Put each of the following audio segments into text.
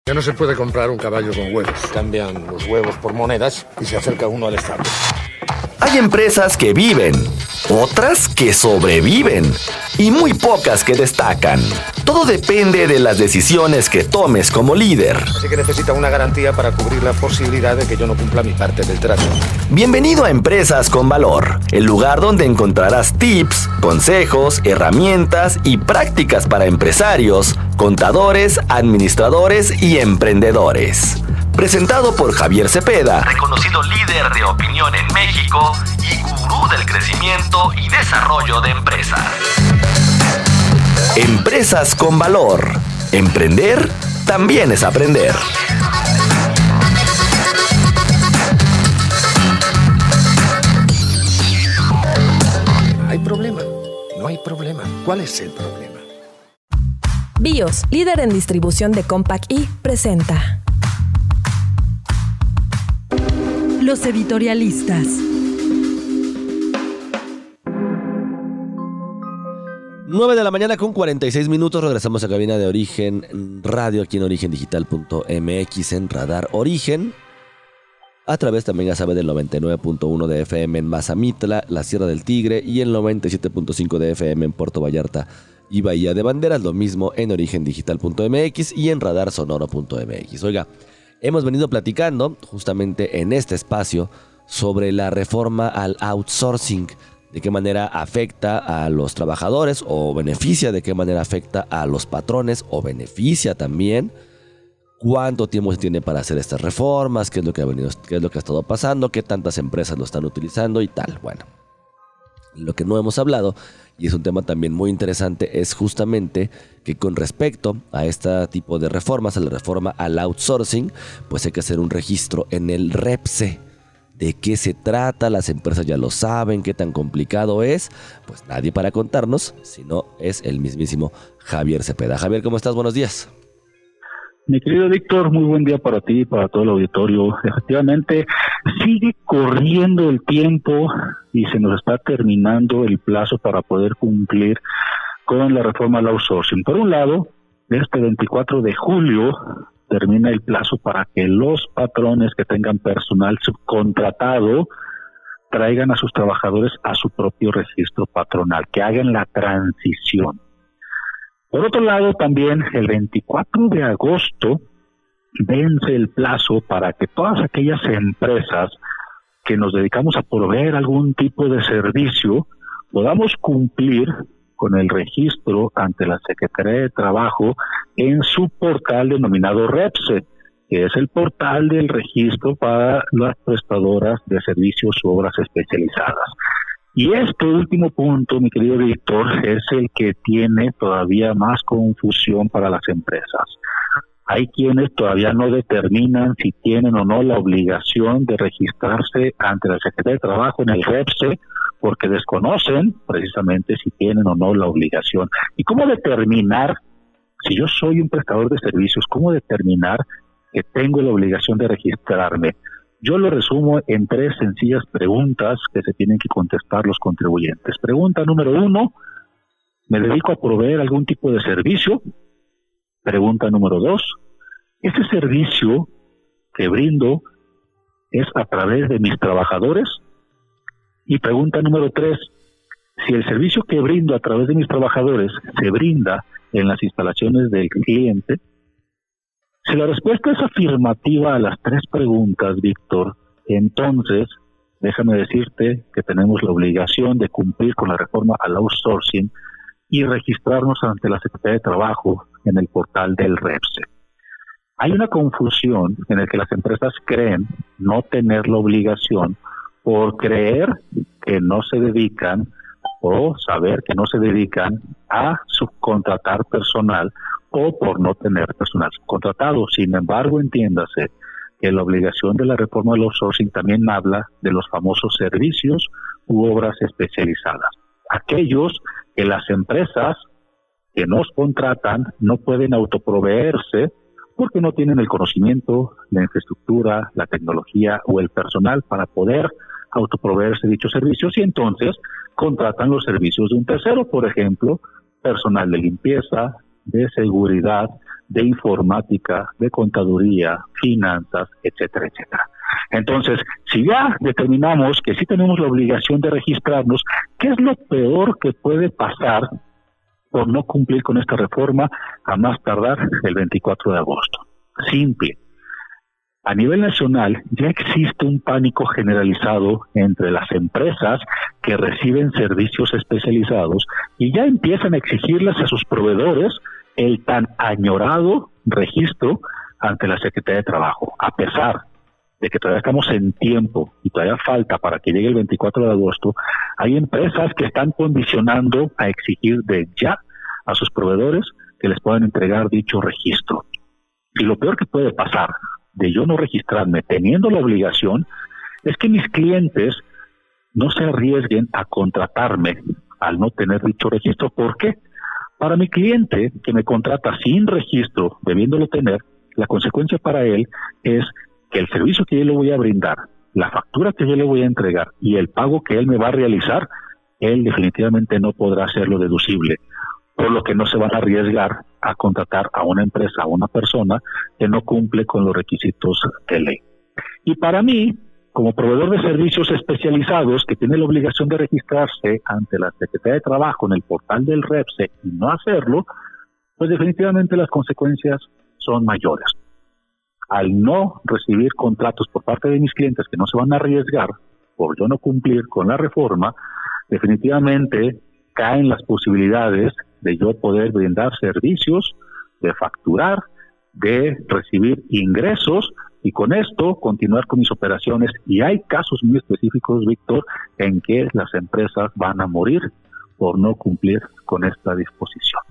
Ya no se puede comprar un caballo con huevos. Cambian los huevos por monedas y se acerca uno al establo. Hay empresas que viven, otras que sobreviven y muy pocas que destacan. Todo depende de las decisiones que tomes como líder. Así que necesita una garantía para cubrir la posibilidad de que yo no cumpla mi parte del trato. Bienvenido a Empresas con Valor, el lugar donde encontrarás tips, consejos, herramientas y prácticas para empresarios, contadores, administradores y emprendedores. Presentado por Javier Cepeda, reconocido líder de opinión en México y gurú del crecimiento y desarrollo de empresas. Empresas con Valor. Emprender también es aprender. ¿Hay problema? No hay problema. ¿Cuál es el problema? BIOS, líder en distribución de Compaq I, presenta Los editorialistas. Nueve de la mañana con 46 minutos. Regresamos a cabina de Origen Radio, aquí en origendigital.mx, en Radar Origen. A través también, ya sabe, del 99.1 de FM en Mazamitla, la Sierra del Tigre, y el 97.5 de FM en Puerto Vallarta y Bahía de Banderas. Lo mismo en origendigital.mx y en radarsonoro.mx. Oiga, hemos venido platicando justamente en este espacio sobre la reforma al outsourcing, de qué manera afecta a los trabajadores o beneficia, de qué manera afecta a los patrones o beneficia también, cuánto tiempo se tiene para hacer estas reformas, qué es lo que ha estado pasando, qué tantas empresas lo están utilizando y tal. Bueno, lo que no hemos hablado, y es un tema también muy interesante, es justamente que con respecto a este tipo de reformas, a la reforma al outsourcing, pues hay que hacer un registro en el REPSE. ¿De qué se trata? Las empresas ya lo saben, qué tan complicado es. Pues nadie para contarnos, sino es el mismísimo Javier Cepeda. Javier, ¿cómo estás? Buenos días. Mi querido Víctor, muy buen día para ti y para todo el auditorio. Efectivamente, sigue corriendo el tiempo y se nos está terminando el plazo para poder cumplir con la reforma al outsourcing. Por un lado, este 24 de julio termina el plazo para que los patrones que tengan personal subcontratado traigan a sus trabajadores a su propio registro patronal, que hagan la transición. Por otro lado, también el 24 de agosto vence el plazo para que todas aquellas empresas que nos dedicamos a proveer algún tipo de servicio podamos cumplir con el registro ante la Secretaría de Trabajo en su portal denominado REPSE, que es el portal del registro para las prestadoras de servicios u obras especializadas. Y este último punto, mi querido Víctor, es el que tiene todavía más confusión para las empresas. Hay quienes todavía no determinan si tienen o no la obligación de registrarse ante la Secretaría de Trabajo en el REPSE, porque desconocen precisamente si tienen o no la obligación. ¿Y cómo determinar, si yo soy un prestador de servicios, cómo determinar que tengo la obligación de registrarme? Yo lo resumo en 3 sencillas preguntas que se tienen que contestar los contribuyentes. Pregunta número 1, ¿me dedico a proveer algún tipo de servicio? Pregunta número 2, ¿ese servicio que brindo es a través de mis trabajadores? Y pregunta número 3, si el servicio que brindo a través de mis trabajadores se brinda en las instalaciones del cliente. Si la respuesta es afirmativa a las 3 preguntas, Víctor, entonces déjame decirte que tenemos la obligación de cumplir con la reforma al outsourcing y registrarnos ante la Secretaría de Trabajo en el portal del REPSE. Hay una confusión en la que las empresas creen no tener la obligación por creer que no se dedican o saber que no se dedican a subcontratar personal o por no tener personal subcontratado. Sin embargo, entiéndase que la obligación de la reforma del outsourcing también habla de los famosos servicios u obras especializadas. Aquellos que las empresas que nos contratan no pueden autoproveerse porque no tienen el conocimiento, la infraestructura, la tecnología o el personal para poder autoproveerse dichos servicios, y entonces contratan los servicios de un tercero, por ejemplo, personal de limpieza, de seguridad, de informática, de contaduría, finanzas, etcétera, etcétera. Entonces, si ya determinamos que sí tenemos la obligación de registrarnos, ¿qué es lo peor que puede pasar por no cumplir con esta reforma a más tardar el 24 de agosto? Simple. A nivel nacional ya existe un pánico generalizado entre las empresas que reciben servicios especializados y ya empiezan a exigirles a sus proveedores el tan añorado registro ante la Secretaría de Trabajo, a pesar de que todavía estamos en tiempo y todavía falta para que llegue el 24 de agosto, hay empresas que están condicionando a exigir de ya a sus proveedores que les puedan entregar dicho registro. Y lo peor que puede pasar de yo no registrarme teniendo la obligación es que mis clientes no se arriesguen a contratarme al no tener dicho registro. ¿Por qué? Para mi cliente que me contrata sin registro, debiéndolo tener, la consecuencia para él es que el servicio que yo le voy a brindar, la factura que yo le voy a entregar y el pago que él me va a realizar, él definitivamente no podrá hacerlo deducible, por lo que no se van a arriesgar a contratar a una empresa, a una persona que no cumple con los requisitos de ley. Y para mí, como proveedor de servicios especializados que tiene la obligación de registrarse ante la Secretaría de Trabajo en el portal del REPSE y no hacerlo, pues definitivamente las consecuencias son mayores. Al no recibir contratos por parte de mis clientes que no se van a arriesgar por yo no cumplir con la reforma, definitivamente caen las posibilidades de yo poder brindar servicios, de facturar, de recibir ingresos y con esto continuar con mis operaciones. Y hay casos muy específicos, Víctor, en que las empresas van a morir por no cumplir con esta disposición.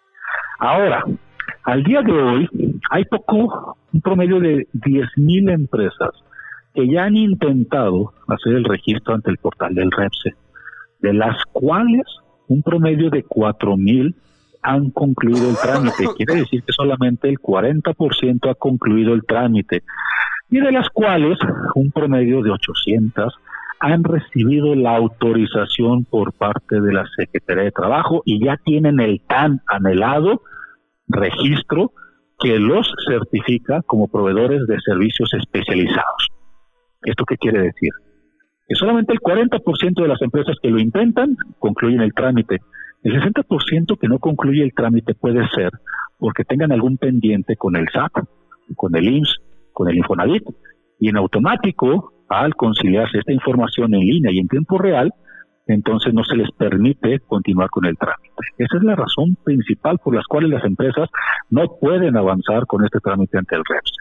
Ahora, al día de hoy, hay un promedio de 10,000 empresas que ya han intentado hacer el registro ante el portal del REPSE, de las cuales un promedio de 4,000 han concluido el trámite. Quiere decir que solamente el 40% ha concluido el trámite, y de las cuales un promedio de 800 han recibido la autorización por parte de la Secretaría de Trabajo y ya tienen el tan anhelado registro que los certifica como proveedores de servicios especializados. ¿Esto qué quiere decir? Que solamente el 40% de las empresas que lo intentan concluyen el trámite. El 60% que no concluye el trámite puede ser porque tengan algún pendiente con el SAT, con el IMSS, con el Infonavit, y en automático, al conciliarse esta información en línea y en tiempo real, entonces no se les permite continuar con el trámite. Esa es la razón principal por las cuales las empresas no pueden avanzar con este trámite ante el REPSE.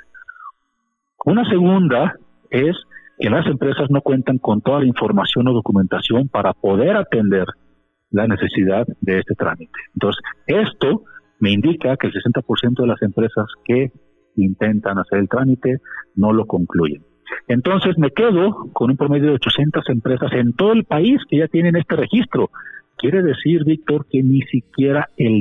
Una segunda es que las empresas no cuentan con toda la información o documentación para poder atender la necesidad de este trámite. Entonces, esto me indica que el 60% de las empresas que intentan hacer el trámite no lo concluyen. Entonces, me quedo con un promedio de 800 empresas en todo el país que ya tienen este registro. Quiere decir, Víctor, que ni siquiera el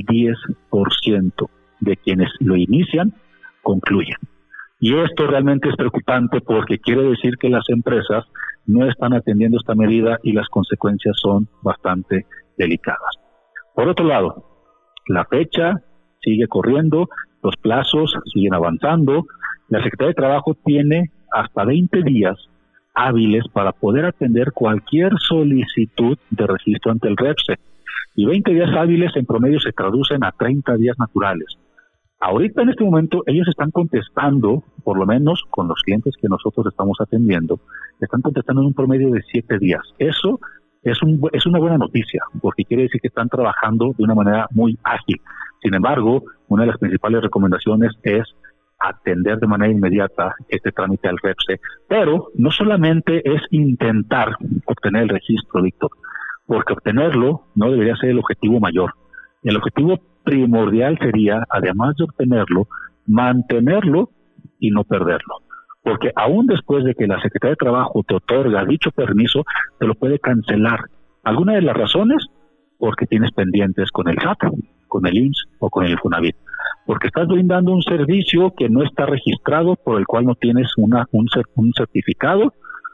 10% de quienes lo inician concluyen. Y esto realmente es preocupante porque quiere decir que las empresas no están atendiendo esta medida y las consecuencias son bastante delicadas. Por otro lado, la fecha sigue corriendo, los plazos siguen avanzando. La Secretaría de Trabajo tiene hasta 20 días hábiles para poder atender cualquier solicitud de registro ante el REPSE. Y 20 días hábiles en promedio se traducen a 30 días naturales. Ahorita en este momento ellos están contestando, por lo menos con los clientes que nosotros estamos atendiendo, están contestando en un promedio de 7 días. Eso es una buena noticia, porque quiere decir que están trabajando de una manera muy ágil. Sin embargo, una de las principales recomendaciones es atender de manera inmediata este trámite al REPSE. Pero no solamente es intentar obtener el registro, Víctor, porque obtenerlo no debería ser el objetivo mayor. El objetivo primordial sería, además de obtenerlo, mantenerlo y no perderlo. Porque aún después de que la Secretaría de Trabajo te otorga dicho permiso, te lo puede cancelar. ¿Alguna de las razones? Porque tienes pendientes con el SAT, con el IMSS o con el Infonavit. Porque estás brindando un servicio que no está registrado, por el cual no tienes un certificado,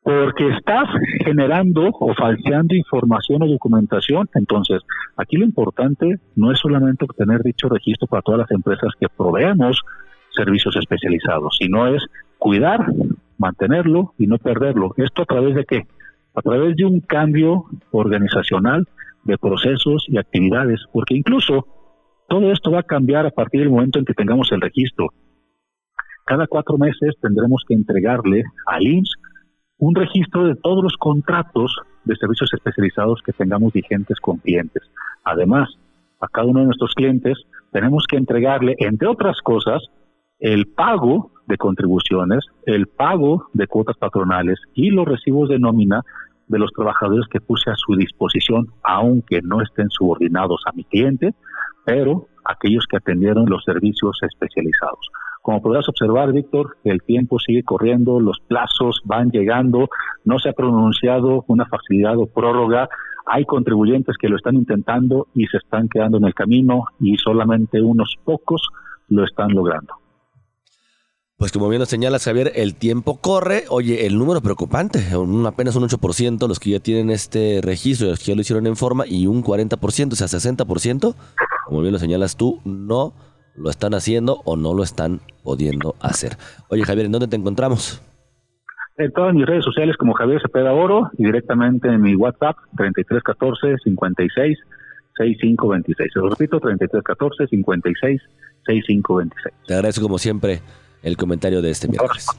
porque estás generando o falseando información o documentación. Entonces, aquí lo importante no es solamente obtener dicho registro para todas las empresas que proveemos servicios especializados, sino es cuidar, mantenerlo y no perderlo. ¿Esto a través de qué? A través de un cambio organizacional de procesos y actividades, porque incluso todo esto va a cambiar a partir del momento en que tengamos el registro. Cada 4 meses tendremos que entregarle al IMSS un registro de todos los contratos de servicios especializados que tengamos vigentes con clientes. Además, a cada uno de nuestros clientes tenemos que entregarle, entre otras cosas, el pago de contribuciones, el pago de cuotas patronales y los recibos de nómina de los trabajadores que puse a su disposición, aunque no estén subordinados a mi cliente, pero aquellos que atendieron los servicios especializados. Como podrás observar, Víctor, el tiempo sigue corriendo, los plazos van llegando, no se ha pronunciado una facilidad o prórroga, hay contribuyentes que lo están intentando y se están quedando en el camino y solamente unos pocos lo están logrando. Pues como bien lo señalas, Javier, el tiempo corre. Oye, el número preocupante, apenas un 8% los que ya tienen este registro, los que ya lo hicieron en forma, y un 40%, o sea, 60%, como bien lo señalas tú, no lo están haciendo o no lo están pudiendo hacer. Oye, Javier, ¿en dónde te encontramos? En todas mis redes sociales como Javier Cepeda Oro y directamente en mi WhatsApp 3314 56 6526. Se lo repito, 3314 56 6526. Te agradezco como siempre el comentario de este miércoles.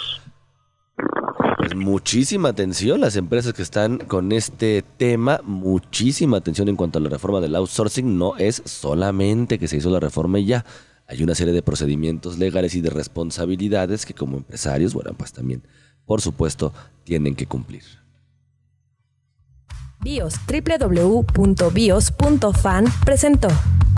Pues muchísima atención las empresas que están con este tema, muchísima atención en cuanto a la reforma del outsourcing. No es solamente que se hizo la reforma y ya, hay una serie de procedimientos legales y de responsabilidades que como empresarios, bueno, pues también, por supuesto, tienen que cumplir. BIOS, www.bios.fan presentó.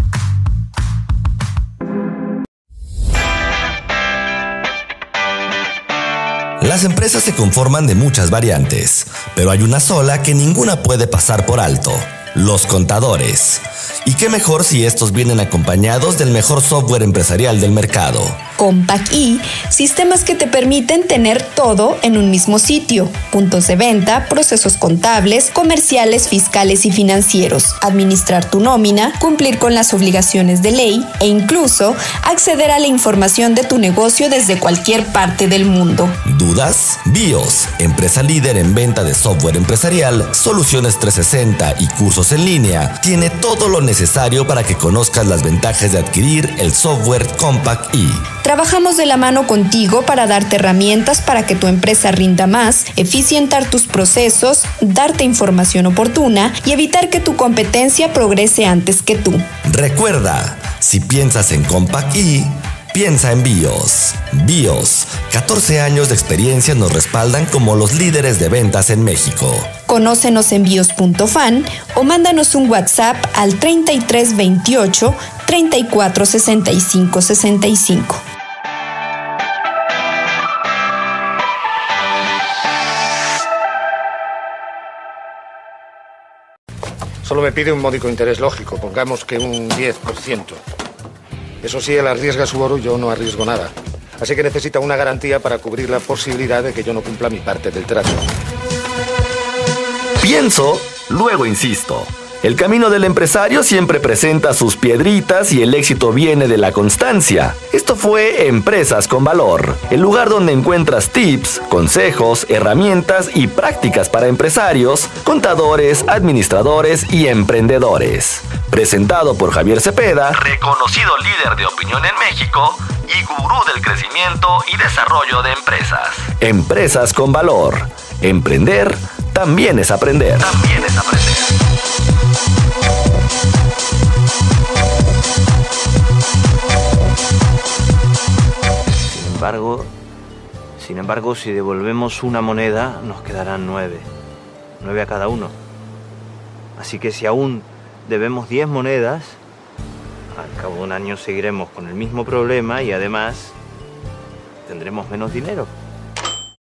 Las empresas se conforman de muchas variantes, pero hay una sola que ninguna puede pasar por alto: los contadores. Y qué mejor si estos vienen acompañados del mejor software empresarial del mercado. Compact E, sistemas que te permiten tener todo en un mismo sitio: puntos de venta, procesos contables, comerciales, fiscales y financieros, administrar tu nómina, cumplir con las obligaciones de ley e incluso acceder a la información de tu negocio desde cualquier parte del mundo. ¿Dudas? BIOS, empresa líder en venta de software empresarial, soluciones 360 y cursos en línea, tiene todo lo necesario para que conozcas las ventajas de adquirir el software Compact E. Trabajamos de la mano contigo para darte herramientas para que tu empresa rinda más, eficientar tus procesos, darte información oportuna y evitar que tu competencia progrese antes que tú. Recuerda, si piensas en Compact E, piensa en BIOS. BIOS, 14 años de experiencia nos respaldan como los líderes de ventas en México. Conócenos en bios.fan o mándanos un WhatsApp al 3328 34 65 65. Solo me pide un módico interés lógico, pongamos que un 10%. Eso sí, él arriesga su oro y yo no arriesgo nada. Así que necesita una garantía para cubrir la posibilidad de que yo no cumpla mi parte del trato. Pienso, luego insisto. El camino del empresario siempre presenta sus piedritas y el éxito viene de la constancia. Esto fue Empresas con Valor, el lugar donde encuentras tips, consejos, herramientas y prácticas para empresarios, contadores, administradores y emprendedores. Presentado por Javier Cepeda, reconocido líder de opinión en México y gurú del crecimiento y desarrollo de empresas. Empresas con Valor. Emprender también es aprender. También es aprender. Sin embargo, si devolvemos una moneda, nos quedarán 9 a cada uno. Así que si aún debemos 10 monedas, al cabo de un año seguiremos con el mismo problema y además tendremos menos dinero.